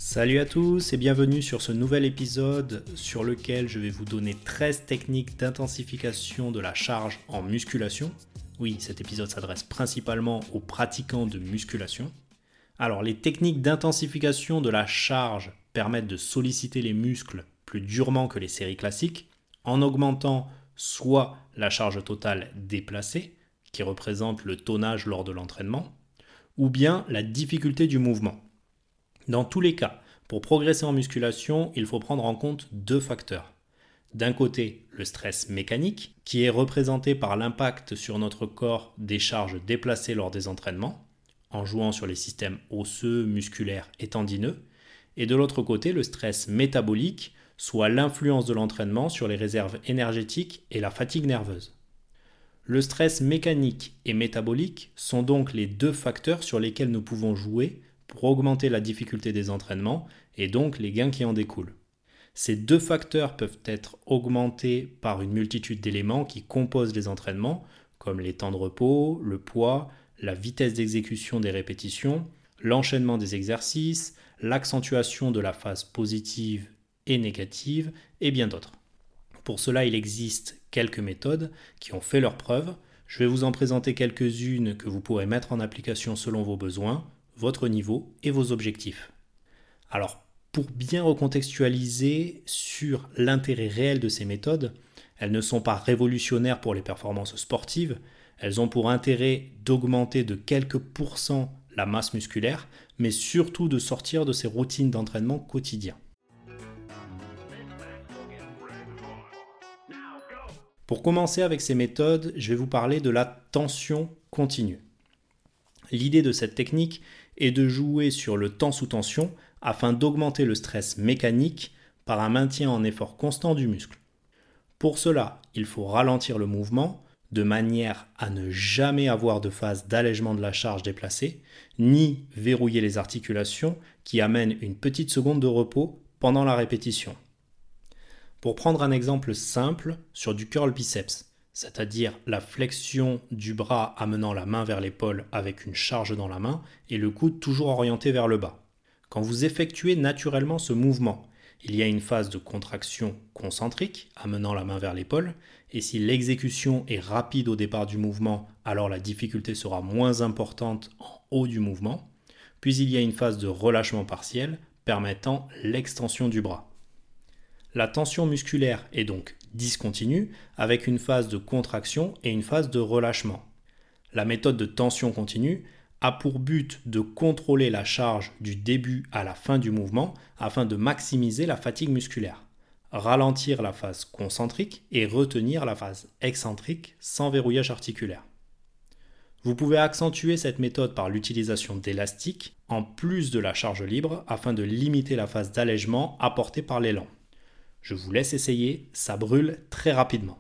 Salut à tous et bienvenue sur ce nouvel épisode sur lequel je vais vous donner 13 techniques d'intensification de la charge en musculation. Oui, cet épisode s'adresse principalement aux pratiquants de musculation. Alors, les techniques d'intensification de la charge permettent de solliciter les muscles plus durement que les séries classiques en augmentant soit la charge totale déplacée, qui représente le tonnage lors de l'entraînement, ou bien la difficulté du mouvement. Dans tous les cas, pour progresser en musculation, il faut prendre en compte deux facteurs. D'un côté, le stress mécanique, qui est représenté par l'impact sur notre corps des charges déplacées lors des entraînements, en jouant sur les systèmes osseux, musculaires et tendineux, et de l'autre côté, le stress métabolique, soit l'influence de l'entraînement sur les réserves énergétiques et la fatigue nerveuse. Le stress mécanique et métabolique sont donc les deux facteurs sur lesquels nous pouvons jouer pour augmenter la difficulté des entraînements et donc les gains qui en découlent. Ces deux facteurs peuvent être augmentés par une multitude d'éléments qui composent les entraînements, comme les temps de repos, le poids, la vitesse d'exécution des répétitions, l'enchaînement des exercices, l'accentuation de la phase positive et négative, et bien d'autres. Pour cela, il existe quelques méthodes qui ont fait leurs preuves. Je vais vous en présenter quelques-unes que vous pourrez mettre en application selon vos besoins, votre niveau et vos objectifs. Alors, pour bien recontextualiser sur l'intérêt réel de ces méthodes, elles ne sont pas révolutionnaires pour les performances sportives, elles ont pour intérêt d'augmenter de quelques pourcents la masse musculaire, mais surtout de sortir de ces routines d'entraînement quotidien. Pour commencer avec ces méthodes, je vais vous parler de la tension continue. L'idée de cette technique est de jouer sur le temps sous tension afin d'augmenter le stress mécanique par un maintien en effort constant du muscle. Pour cela, il faut ralentir le mouvement de manière à ne jamais avoir de phase d'allègement de la charge déplacée, ni verrouiller les articulations qui amènent une petite seconde de repos pendant la répétition. Pour prendre un exemple simple sur du curl biceps, c'est-à-dire la flexion du bras amenant la main vers l'épaule avec une charge dans la main et le coude toujours orienté vers le bas. Quand vous effectuez naturellement ce mouvement, il y a une phase de contraction concentrique amenant la main vers l'épaule, et si l'exécution est rapide au départ du mouvement, alors la difficulté sera moins importante en haut du mouvement, puis il y a une phase de relâchement partiel permettant l'extension du bras. La tension musculaire est donc discontinue avec une phase de contraction et une phase de relâchement. La méthode de tension continue a pour but de contrôler la charge du début à la fin du mouvement afin de maximiser la fatigue musculaire, ralentir la phase concentrique et retenir la phase excentrique sans verrouillage articulaire. Vous pouvez accentuer cette méthode par l'utilisation d'élastiques en plus de la charge libre afin de limiter la phase d'allègement apportée par l'élan. Je vous laisse essayer, ça brûle très rapidement.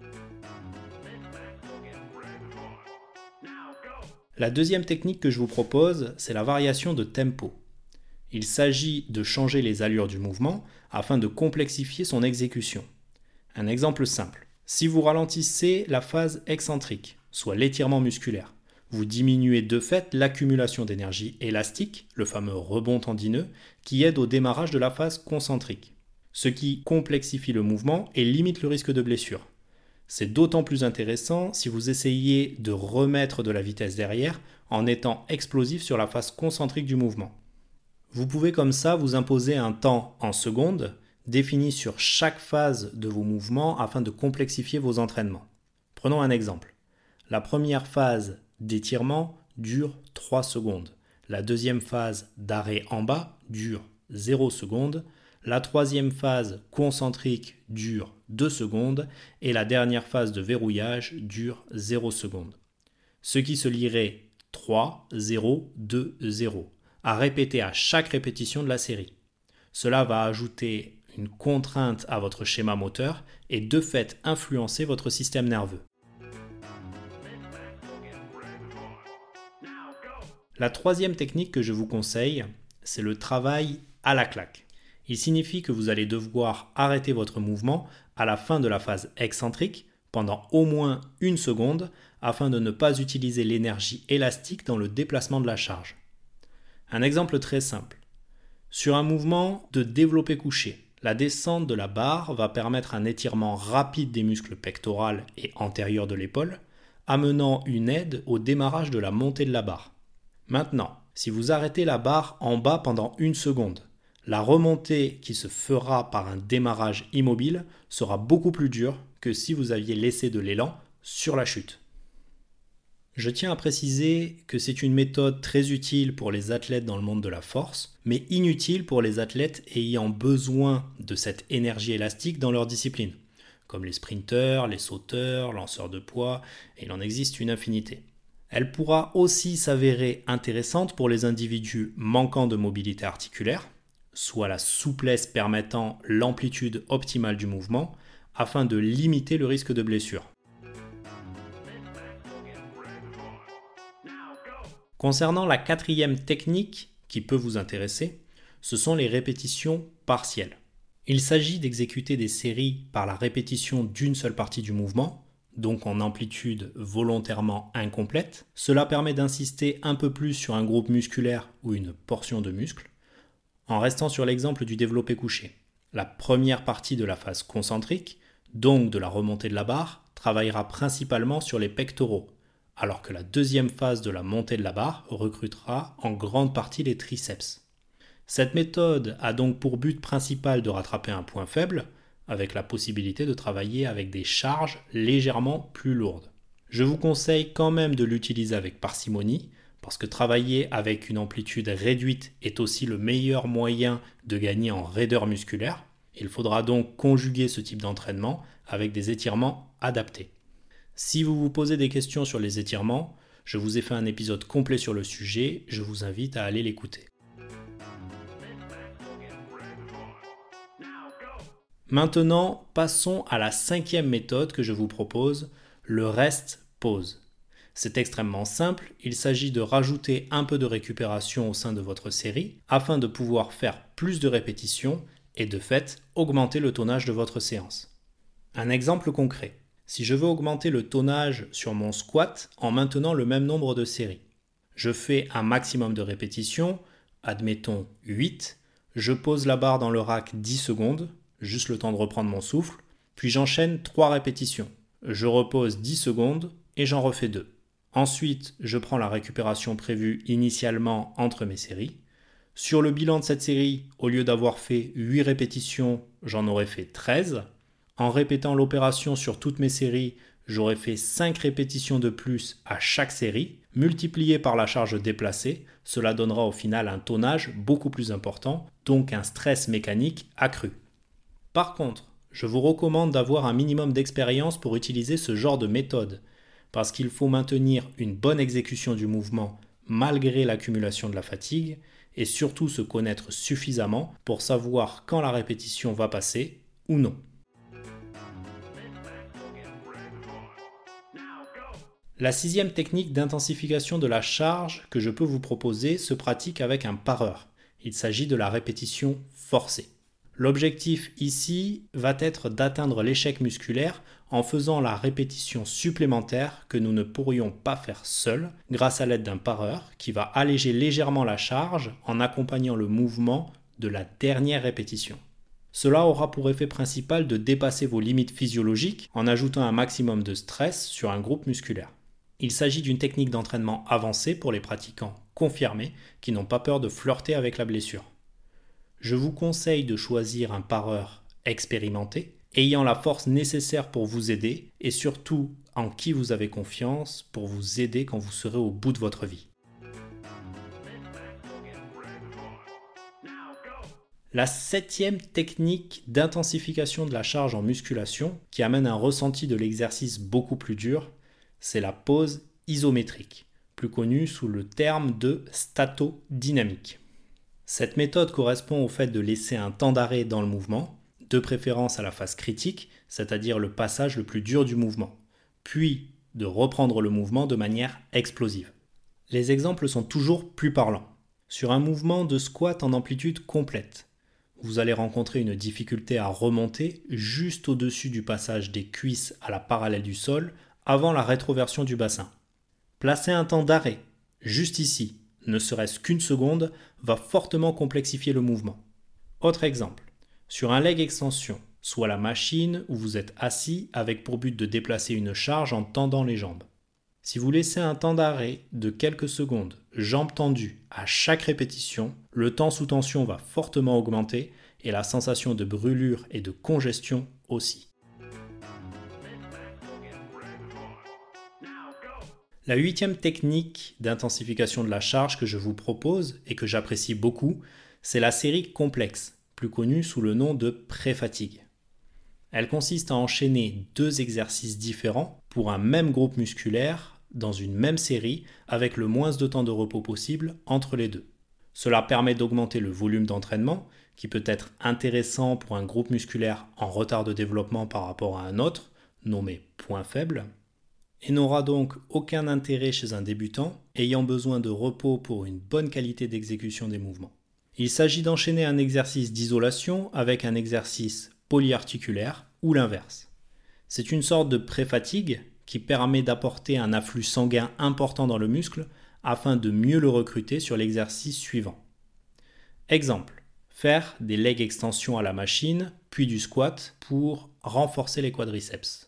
La deuxième technique que je vous propose, c'est la variation de tempo. Il s'agit de changer les allures du mouvement afin de complexifier son exécution. Un exemple simple. Si vous ralentissez la phase excentrique, soit l'étirement musculaire, vous diminuez de fait l'accumulation d'énergie élastique, le fameux rebond tendineux, qui aide au démarrage de la phase concentrique, ce qui complexifie le mouvement et limite le risque de blessure. C'est d'autant plus intéressant si vous essayez de remettre de la vitesse derrière en étant explosif sur la phase concentrique du mouvement. Vous pouvez comme ça vous imposer un temps en secondes défini sur chaque phase de vos mouvements afin de complexifier vos entraînements. Prenons un exemple. La première phase d'étirement dure 3 secondes. La deuxième phase d'arrêt en bas dure 0 secondes. La troisième phase concentrique dure 2 secondes et la dernière phase de verrouillage dure 0 secondes. Ce qui se lirait 3, 0, 2, 0 à répéter à chaque répétition de la série. Cela va ajouter une contrainte à votre schéma moteur et de fait influencer votre système nerveux. La troisième technique que je vous conseille, c'est le travail à la claque. Il signifie que vous allez devoir arrêter votre mouvement à la fin de la phase excentrique pendant au moins 1 seconde afin de ne pas utiliser l'énergie élastique dans le déplacement de la charge. Un exemple très simple. Sur un mouvement de développé couché, la descente de la barre va permettre un étirement rapide des muscles pectoraux et antérieurs de l'épaule, amenant une aide au démarrage de la montée de la barre. Maintenant, si vous arrêtez la barre en bas pendant 1 seconde, la remontée qui se fera par un démarrage immobile sera beaucoup plus dure que si vous aviez laissé de l'élan sur la chute. Je tiens à préciser que c'est une méthode très utile pour les athlètes dans le monde de la force, mais inutile pour les athlètes ayant besoin de cette énergie élastique dans leur discipline, comme les sprinteurs, les sauteurs, lanceurs de poids, et il en existe une infinité. Elle pourra aussi s'avérer intéressante pour les individus manquant de mobilité articulaire, soit la souplesse permettant l'amplitude optimale du mouvement, afin de limiter le risque de blessure. Concernant la 4e technique qui peut vous intéresser, ce sont les répétitions partielles. Il s'agit d'exécuter des séries par la répétition d'une seule partie du mouvement, donc en amplitude volontairement incomplète. Cela permet d'insister un peu plus sur un groupe musculaire ou une portion de muscle. En restant sur l'exemple du développé couché, la première partie de la phase concentrique, donc de la remontée de la barre, travaillera principalement sur les pectoraux, alors que la deuxième phase de la montée de la barre recrutera en grande partie les triceps. Cette méthode a donc pour but principal de rattraper un point faible, avec la possibilité de travailler avec des charges légèrement plus lourdes. Je vous conseille quand même de l'utiliser avec parcimonie, parce que travailler avec une amplitude réduite est aussi le meilleur moyen de gagner en raideur musculaire. Il faudra donc conjuguer ce type d'entraînement avec des étirements adaptés. Si vous vous posez des questions sur les étirements, je vous ai fait un épisode complet sur le sujet, je vous invite à aller l'écouter. Maintenant, passons à la 5e méthode que je vous propose, le rest pause. C'est extrêmement simple, il s'agit de rajouter un peu de récupération au sein de votre série afin de pouvoir faire plus de répétitions et de fait augmenter le tonnage de votre séance. Un exemple concret, si je veux augmenter le tonnage sur mon squat en maintenant le même nombre de séries, je fais un maximum de répétitions, admettons 8, je pose la barre dans le rack 10 secondes, juste le temps de reprendre mon souffle, puis j'enchaîne 3 répétitions, je repose 10 secondes et j'en refais 2. Ensuite, je prends la récupération prévue initialement entre mes séries. Sur le bilan de cette série, au lieu d'avoir fait 8 répétitions, j'en aurais fait 13. En répétant l'opération sur toutes mes séries, j'aurais fait 5 répétitions de plus à chaque série. Multiplié par la charge déplacée, cela donnera au final un tonnage beaucoup plus important, donc un stress mécanique accru. Par contre, je vous recommande d'avoir un minimum d'expérience pour utiliser ce genre de méthode, parce qu'il faut maintenir une bonne exécution du mouvement malgré l'accumulation de la fatigue, et surtout se connaître suffisamment pour savoir quand la répétition va passer ou non. La 6e technique d'intensification de la charge que je peux vous proposer se pratique avec un pareur. Il s'agit de la répétition forcée. L'objectif ici va être d'atteindre l'échec musculaire en faisant la répétition supplémentaire que nous ne pourrions pas faire seuls grâce à l'aide d'un pareur qui va alléger légèrement la charge en accompagnant le mouvement de la dernière répétition. Cela aura pour effet principal de dépasser vos limites physiologiques en ajoutant un maximum de stress sur un groupe musculaire. Il s'agit d'une technique d'entraînement avancée pour les pratiquants confirmés qui n'ont pas peur de flirter avec la blessure. Je vous conseille de choisir un pareur expérimenté, ayant la force nécessaire pour vous aider et surtout en qui vous avez confiance pour vous aider quand vous serez au bout de votre vie. La 7e technique d'intensification de la charge en musculation, qui amène un ressenti de l'exercice beaucoup plus dur, c'est la pause isométrique, plus connue sous le terme de statodynamique. Cette méthode correspond au fait de laisser un temps d'arrêt dans le mouvement, de préférence à la phase critique, c'est-à-dire le passage le plus dur du mouvement, puis de reprendre le mouvement de manière explosive. Les exemples sont toujours plus parlants. Sur un mouvement de squat en amplitude complète, vous allez rencontrer une difficulté à remonter juste au-dessus du passage des cuisses à la parallèle du sol avant la rétroversion du bassin. Placez un temps d'arrêt, juste ici, ne serait-ce qu'une seconde, va fortement complexifier le mouvement. Autre exemple, sur un leg extension, soit la machine où vous êtes assis avec pour but de déplacer une charge en tendant les jambes. Si vous laissez un temps d'arrêt de quelques secondes, jambes tendues, à chaque répétition, le temps sous tension va fortement augmenter et la sensation de brûlure et de congestion aussi. La 8e technique d'intensification de la charge que je vous propose et que j'apprécie beaucoup, c'est la série complexe, plus connue sous le nom de pré-fatigue. Elle consiste à enchaîner 2 exercices différents pour un même groupe musculaire dans une même série avec le moins de temps de repos possible entre les deux. Cela permet d'augmenter le volume d'entraînement qui peut être intéressant pour un groupe musculaire en retard de développement par rapport à un autre, nommé point faible, et n'aura donc aucun intérêt chez un débutant ayant besoin de repos pour une bonne qualité d'exécution des mouvements. Il s'agit d'enchaîner un exercice d'isolation avec un exercice polyarticulaire ou l'inverse. C'est une sorte de pré-fatigue qui permet d'apporter un afflux sanguin important dans le muscle afin de mieux le recruter sur l'exercice suivant. Exemple, faire des leg extensions à la machine, puis du squat pour renforcer les quadriceps.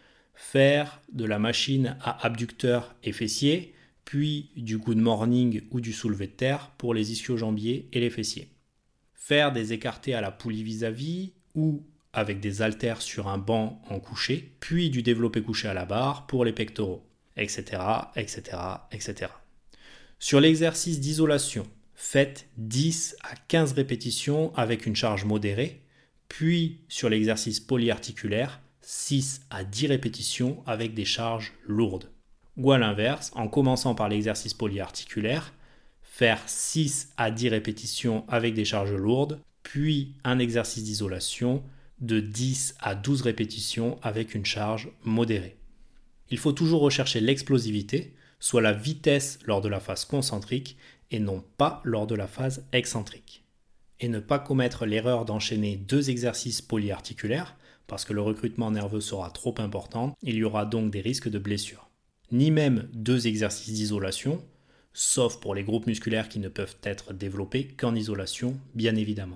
Faire de la machine à abducteurs et fessiers, puis du good morning ou du soulevé de terre pour les ischio-jambiers et les fessiers. Faire des écartés à la poulie vis-à-vis ou avec des haltères sur un banc en couché, puis du développé couché à la barre pour les pectoraux, etc., etc., etc. Sur l'exercice d'isolation, faites 10 à 15 répétitions avec une charge modérée, puis sur l'exercice polyarticulaire, 6 à 10 répétitions avec des charges lourdes. Ou à l'inverse, en commençant par l'exercice polyarticulaire, faire 6 à 10 répétitions avec des charges lourdes, puis un exercice d'isolation de 10 à 12 répétitions avec une charge modérée. Il faut toujours rechercher l'explosivité, soit la vitesse lors de la phase concentrique et non pas lors de la phase excentrique. Et ne pas commettre l'erreur d'enchaîner 2 exercices polyarticulaires parce que le recrutement nerveux sera trop important, il y aura donc des risques de blessure. Ni même 2 exercices d'isolation, sauf pour les groupes musculaires qui ne peuvent être développés qu'en isolation, bien évidemment.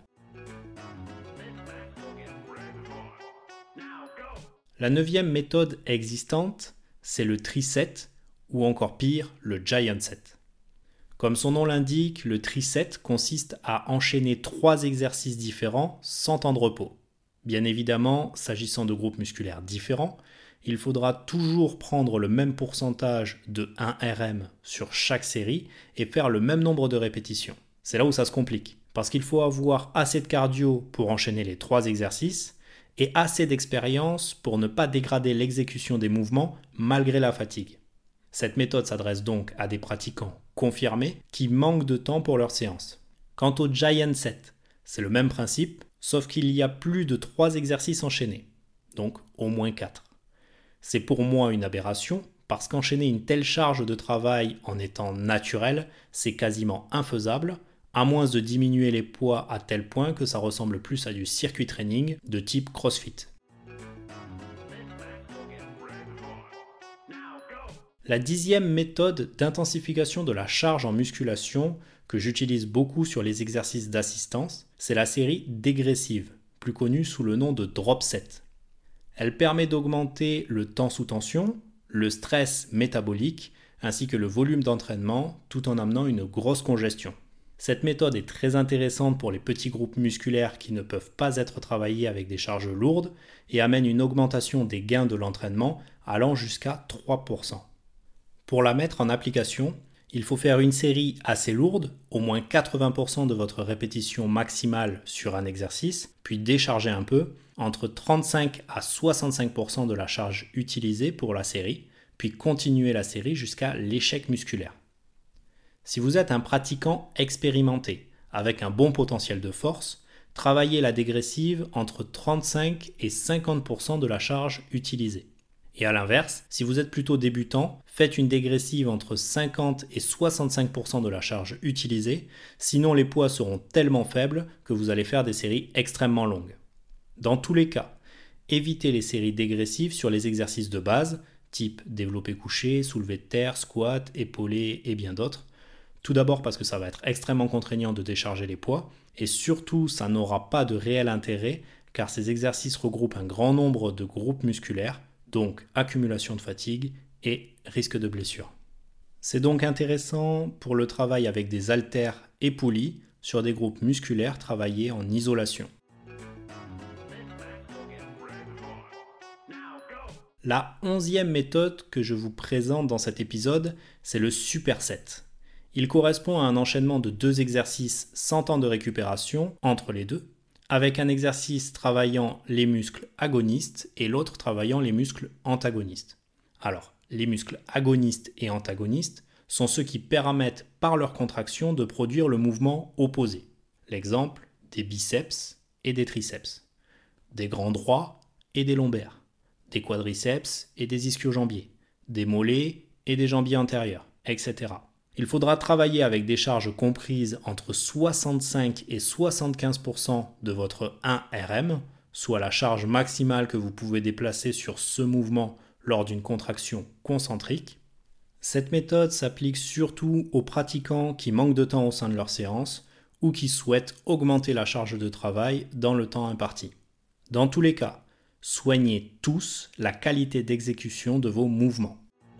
La 9e méthode existante, c'est le tri-set ou encore pire, le giant set. Comme son nom l'indique, le tri-set consiste à enchaîner 3 exercices différents sans temps de repos. Bien évidemment, s'agissant de groupes musculaires différents, il faudra toujours prendre le même pourcentage de 1 RM sur chaque série et faire le même nombre de répétitions. C'est là où ça se complique, parce qu'il faut avoir assez de cardio pour enchaîner les 3 exercices et assez d'expérience pour ne pas dégrader l'exécution des mouvements malgré la fatigue. Cette méthode s'adresse donc à des pratiquants confirmés qui manquent de temps pour leur séance. Quant au giant set, c'est le même principe, sauf qu'il y a plus de 3 exercices enchaînés, donc au moins 4. C'est pour moi une aberration, parce qu'enchaîner une telle charge de travail en étant naturel, c'est quasiment infaisable, à moins de diminuer les poids à tel point que ça ressemble plus à du circuit training de type CrossFit. La 10e méthode d'intensification de la charge en musculation que j'utilise beaucoup sur les exercices d'assistance, c'est la série dégressive, plus connue sous le nom de drop set. Elle permet d'augmenter le temps sous tension, le stress métabolique, ainsi que le volume d'entraînement, tout en amenant une grosse congestion. Cette méthode est très intéressante pour les petits groupes musculaires qui ne peuvent pas être travaillés avec des charges lourdes et amène une augmentation des gains de l'entraînement allant jusqu'à 3%. Pour la mettre en application, il faut faire une série assez lourde, au moins 80% de votre répétition maximale sur un exercice, puis décharger un peu, entre 35 à 65% de la charge utilisée pour la série, puis continuer la série jusqu'à l'échec musculaire. Si vous êtes un pratiquant expérimenté, avec un bon potentiel de force, travaillez la dégressive entre 35 et 50% de la charge utilisée. Et à l'inverse, si vous êtes plutôt débutant, faites une dégressive entre 50 et 65% de la charge utilisée, sinon les poids seront tellement faibles que vous allez faire des séries extrêmement longues. Dans tous les cas, évitez les séries dégressives sur les exercices de base, type développé couché, soulevé de terre, squat, épaulé et bien d'autres, Tout d'abord parce que ça va être extrêmement contraignant de décharger les poids, et surtout ça n'aura pas de réel intérêt car ces exercices regroupent un grand nombre de groupes musculaires, donc accumulation de fatigue et risque de blessure. C'est donc intéressant pour le travail avec des haltères et poulies sur des groupes musculaires travaillés en isolation. La 11e méthode que je vous présente dans cet épisode, c'est le superset. Il correspond à un enchaînement de 2 exercices sans temps de récupération entre les deux, avec un exercice travaillant les muscles agonistes et l'autre travaillant les muscles antagonistes. Alors, les muscles agonistes et antagonistes sont ceux qui permettent par leur contraction de produire le mouvement opposé. L'exemple, des biceps et des triceps, des grands droits et des lombaires, des quadriceps et des ischio-jambiers, des mollets et des jambiers antérieurs, etc. Il faudra travailler avec des charges comprises entre 65 et 75% de votre 1RM, soit la charge maximale que vous pouvez déplacer sur ce mouvement lors d'une contraction concentrique. Cette méthode s'applique surtout aux pratiquants qui manquent de temps au sein de leur séance ou qui souhaitent augmenter la charge de travail dans le temps imparti. Dans tous les cas, soignez tous la qualité d'exécution de vos mouvements.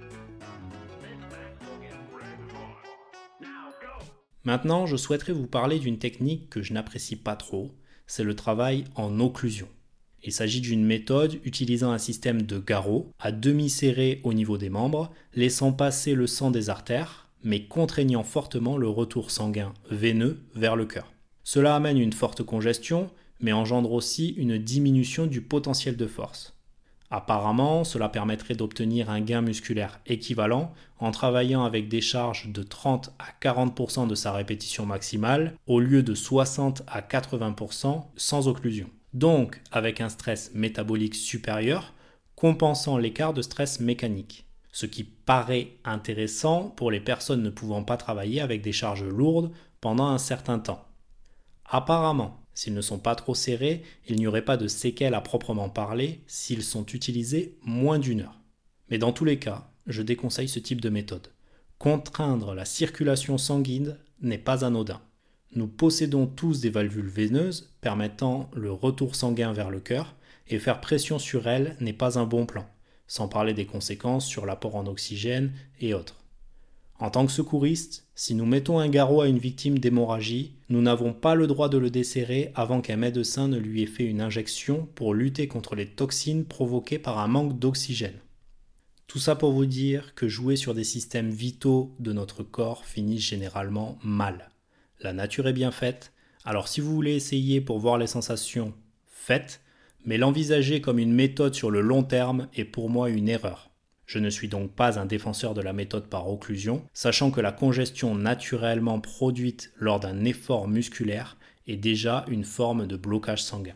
Maintenant, je souhaiterais vous parler d'une technique que je n'apprécie pas trop, c'est le travail en occlusion. Il s'agit d'une méthode utilisant un système de garrot à demi serré au niveau des membres, laissant passer le sang des artères, mais contraignant fortement le retour sanguin veineux vers le cœur. Cela amène une forte congestion, mais engendre aussi une diminution du potentiel de force. Apparemment, cela permettrait d'obtenir un gain musculaire équivalent en travaillant avec des charges de 30 à 40% de sa répétition maximale au lieu de 60 à 80% sans occlusion. Donc avec un stress métabolique supérieur, compensant l'écart de stress mécanique. Ce qui paraît intéressant pour les personnes ne pouvant pas travailler avec des charges lourdes pendant un certain temps. Apparemment, s'ils ne sont pas trop serrés, il n'y aurait pas de séquelles à proprement parler s'ils sont utilisés moins d'1 heure. Mais dans tous les cas, je déconseille ce type de méthode. Contraindre la circulation sanguine n'est pas anodin. Nous possédons tous des valvules veineuses permettant le retour sanguin vers le cœur et faire pression sur elles n'est pas un bon plan, sans parler des conséquences sur l'apport en oxygène et autres. En tant que secouriste, si nous mettons un garrot à une victime d'hémorragie, nous n'avons pas le droit de le desserrer avant qu'un médecin ne lui ait fait une injection pour lutter contre les toxines provoquées par un manque d'oxygène. Tout ça pour vous dire que jouer sur des systèmes vitaux de notre corps finit généralement mal. La nature est bien faite, alors si vous voulez essayer pour voir les sensations, faites, mais l'envisager comme une méthode sur le long terme est pour moi une erreur. Je ne suis donc pas un défenseur de la méthode par occlusion, sachant que la congestion naturellement produite lors d'un effort musculaire est déjà une forme de blocage sanguin.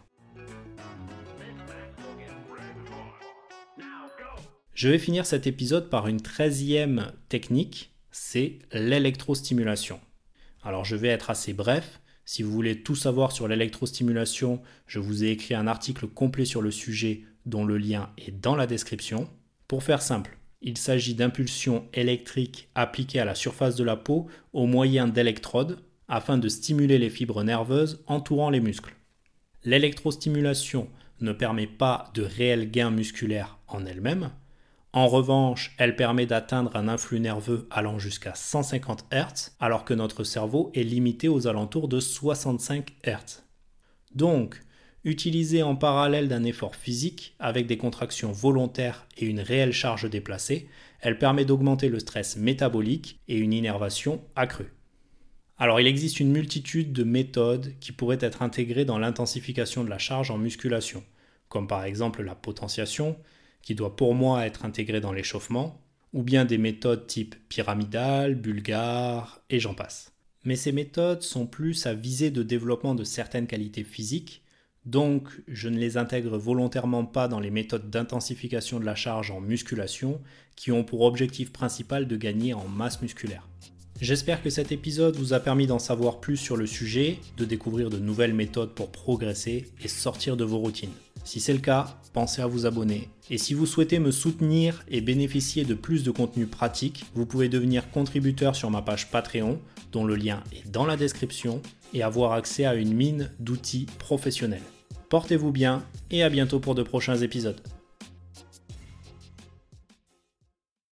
Je vais finir cet épisode par une 13e technique, c'est l'électrostimulation. Alors je vais être assez bref. Si vous voulez tout savoir sur l'électrostimulation, je vous ai écrit un article complet sur le sujet dont le lien est dans la description. Pour faire simple, il s'agit d'impulsions électriques appliquées à la surface de la peau au moyen d'électrodes afin de stimuler les fibres nerveuses entourant les muscles. L'électrostimulation ne permet pas de réels gains musculaires en elle-même. En revanche, elle permet d'atteindre un influx nerveux allant jusqu'à 150 Hz, alors que notre cerveau est limité aux alentours de 65 Hz. Donc, utilisée en parallèle d'un effort physique, avec des contractions volontaires et une réelle charge déplacée, elle permet d'augmenter le stress métabolique et une innervation accrue. Alors il existe une multitude de méthodes qui pourraient être intégrées dans l'intensification de la charge en musculation, comme par exemple la potentiation, qui doit pour moi être intégrée dans l'échauffement, ou bien des méthodes type pyramidale, bulgare, et j'en passe. Mais ces méthodes sont plus à visée de développement de certaines qualités physiques, donc je ne les intègre volontairement pas dans les méthodes d'intensification de la charge en musculation qui ont pour objectif principal de gagner en masse musculaire. J'espère que cet épisode vous a permis d'en savoir plus sur le sujet, de découvrir de nouvelles méthodes pour progresser et sortir de vos routines. Si c'est le cas, pensez à vous abonner. Et si vous souhaitez me soutenir et bénéficier de plus de contenu pratique, vous pouvez devenir contributeur sur ma page Patreon, dont le lien est dans la description, et avoir accès à une mine d'outils professionnels. Portez-vous bien et à bientôt pour de prochains épisodes.